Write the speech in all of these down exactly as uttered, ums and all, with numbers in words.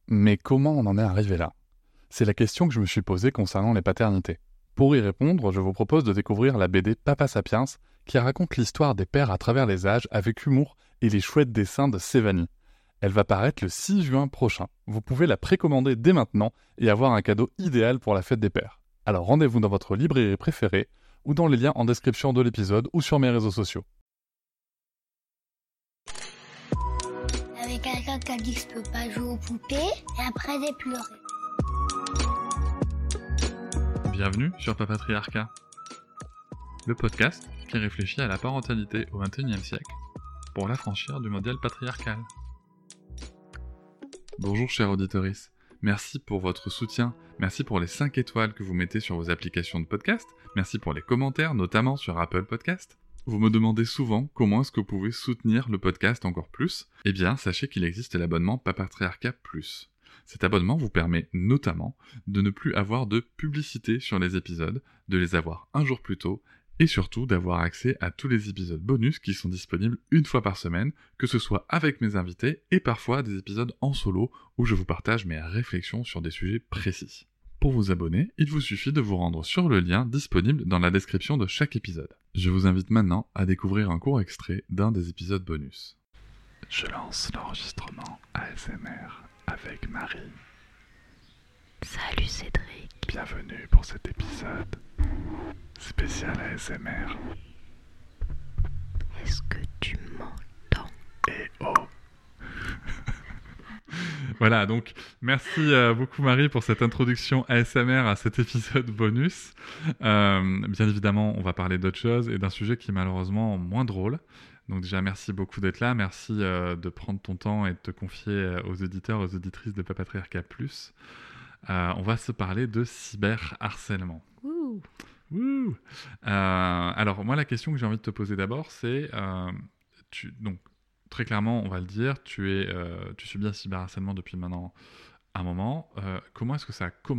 Mais comment on en est arrivé là ? C'est la question que je me suis posée concernant les paternités. Pour y répondre, je vous propose de découvrir la B D Papa Sapiens, qui raconte l'histoire des pères à travers les âges avec humour et les chouettes dessins de Sévanie. Elle va paraître le six juin prochain. Vous pouvez la précommander dès maintenant et avoir un cadeau idéal pour la fête des pères. Alors rendez-vous dans votre librairie préférée ou dans les liens en description de l'épisode ou sur mes réseaux sociaux. Avec quelqu'un qui a dit que je peux pas jouer aux poupées et après j'ai pleuré. Bienvenue sur Papatriarcat, le podcast qui réfléchit à la parentalité au vingt et unième siècle pour l'affranchir du modèle patriarcal. Bonjour chers auditeurs, merci pour votre soutien, merci pour les cinq étoiles que vous mettez sur vos applications de podcast, merci pour les commentaires, notamment sur Apple Podcast. Vous me demandez souvent comment est-ce que vous pouvez soutenir le podcast encore plus. Eh bien, sachez qu'il existe l'abonnement Papatriarcat Plus. Cet abonnement vous permet notamment de ne plus avoir de publicité sur les épisodes, de les avoir un jour plus tôt, et surtout d'avoir accès à tous les épisodes bonus qui sont disponibles une fois par semaine, que ce soit avec mes invités et parfois des épisodes en solo où je vous partage mes réflexions sur des sujets précis. Pour vous abonner, il vous suffit de vous rendre sur le lien disponible dans la description de chaque épisode. Je vous invite maintenant à découvrir un court extrait d'un des épisodes bonus. Je lance l'enregistrement A S M R avec Marie. Salut Cédric. Bienvenue pour cet épisode spécial A S M R. Est-ce que tu m'entends ? Et oh. Voilà, donc merci euh, beaucoup Marie pour cette introduction A S M R à cet épisode bonus. Euh, bien évidemment, on va parler d'autre chose et d'un sujet qui est malheureusement moins drôle. Donc déjà, merci beaucoup d'être là. Merci euh, de prendre ton temps et de te confier aux auditeurs, aux auditrices de Papatriarcat Plus. Euh, on va se parler de cyberharcèlement. Ouh. Ouh. Euh, alors, moi, la question que j'ai envie de te poser d'abord, c'est... Euh, tu, donc, très clairement, on va le dire, tu, es, euh, tu subis un cyberharcèlement depuis maintenant un moment. Euh, comment est-ce que ça a commencé ?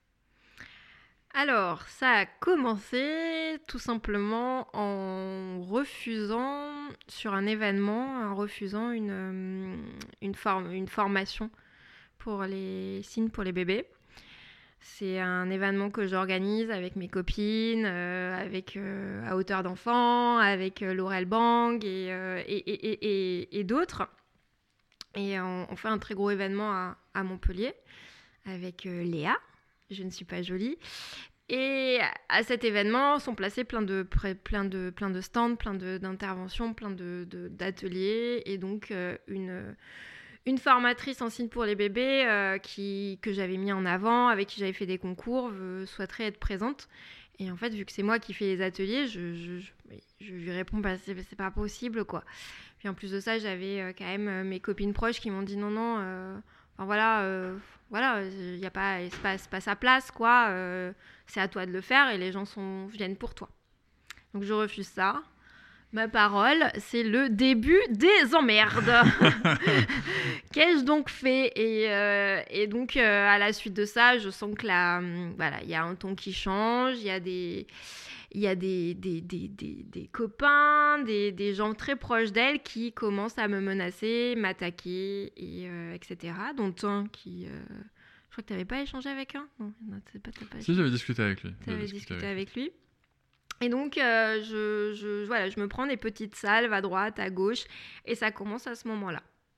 Alors, ça a commencé tout simplement en refusant, sur un événement, en refusant une, euh, une, forme, une formation pour les signes pour les bébés. C'est un événement que j'organise avec mes copines, euh, avec euh, à hauteur d'enfant, avec euh, Laurel Bang et, euh, et, et, et, et, et d'autres. Et on, on fait un très gros événement à, à Montpellier avec euh, Léa. Je ne suis pas jolie. Et à cet événement sont placés plein de, plein de, plein de stands, plein de, d'interventions, plein de, de, d'ateliers. Et donc, euh, une, une formatrice en signes pour les bébés euh, qui, que j'avais mis en avant, avec qui j'avais fait des concours, euh, souhaiterait être présente. Et en fait, vu que c'est moi qui fais les ateliers, je, je, je, je lui réponds bah, c'est, c'est pas possible, quoi. Puis en plus de ça, j'avais euh, quand même euh, mes copines proches qui m'ont dit non, non... Euh, Enfin voilà, euh, voilà, y a pas, c'est pas, c'est pas sa place, quoi. Euh, c'est à toi de le faire et les gens sont, viennent pour toi. Donc je refuse ça. Ma parole, c'est le début des emmerdes. Qu'ai-je donc fait ? Et, euh, et donc euh, à la suite de ça, je sens que là, voilà, il y a un ton qui change, il y a des... Il y a des, des, des, des, des copains, des, des gens très proches d'elle qui commencent à me menacer, m'attaquer, et, euh, et cetera. Dont un qui... Euh... Je crois que tu n'avais pas échangé avec un ? Non, non t'as pas, t'as pas Si, j'avais discuté avec lui. Tu avais discuté avec, avec lui. Et donc, euh, je, je, voilà, je me prends des petites salves à droite, à gauche, et ça commence à ce moment-là.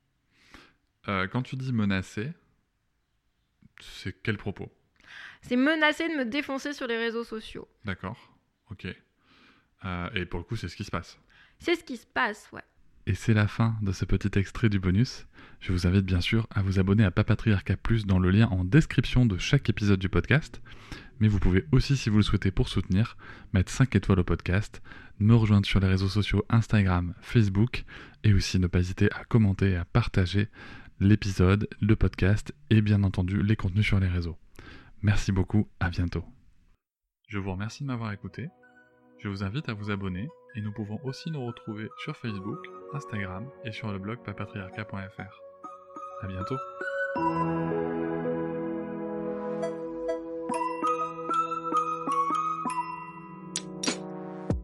Euh, quand tu dis menacer, c'est quel propos ? C'est menacer de me défoncer sur les réseaux sociaux. D'accord. Ok. Euh, et pour le coup, c'est ce qui se passe. C'est ce qui se passe, ouais. Et c'est la fin de ce petit extrait du bonus. Je vous invite bien sûr à vous abonner à Papatriarcat Plus dans le lien en description de chaque épisode du podcast. Mais vous pouvez aussi, si vous le souhaitez pour soutenir, mettre cinq étoiles au podcast, me rejoindre sur les réseaux sociaux Instagram, Facebook, et aussi ne pas hésiter à commenter et à partager l'épisode, le podcast et bien entendu les contenus sur les réseaux. Merci beaucoup, à bientôt. Je vous remercie de m'avoir écouté. Je vous invite à vous abonner et nous pouvons aussi nous retrouver sur Facebook, Instagram et sur le blog papatriarcat point f r. À bientôt.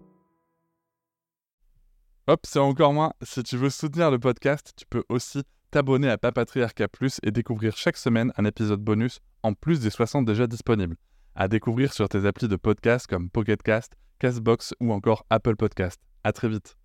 Hop, c'est encore moins. Si tu veux soutenir le podcast, tu peux aussi t'abonner à Papatriarcat Plus et découvrir chaque semaine un épisode bonus en plus des soixante déjà disponibles. À découvrir sur tes applis de podcast comme Pocket Cast, Castbox ou encore Apple Podcast. À très vite.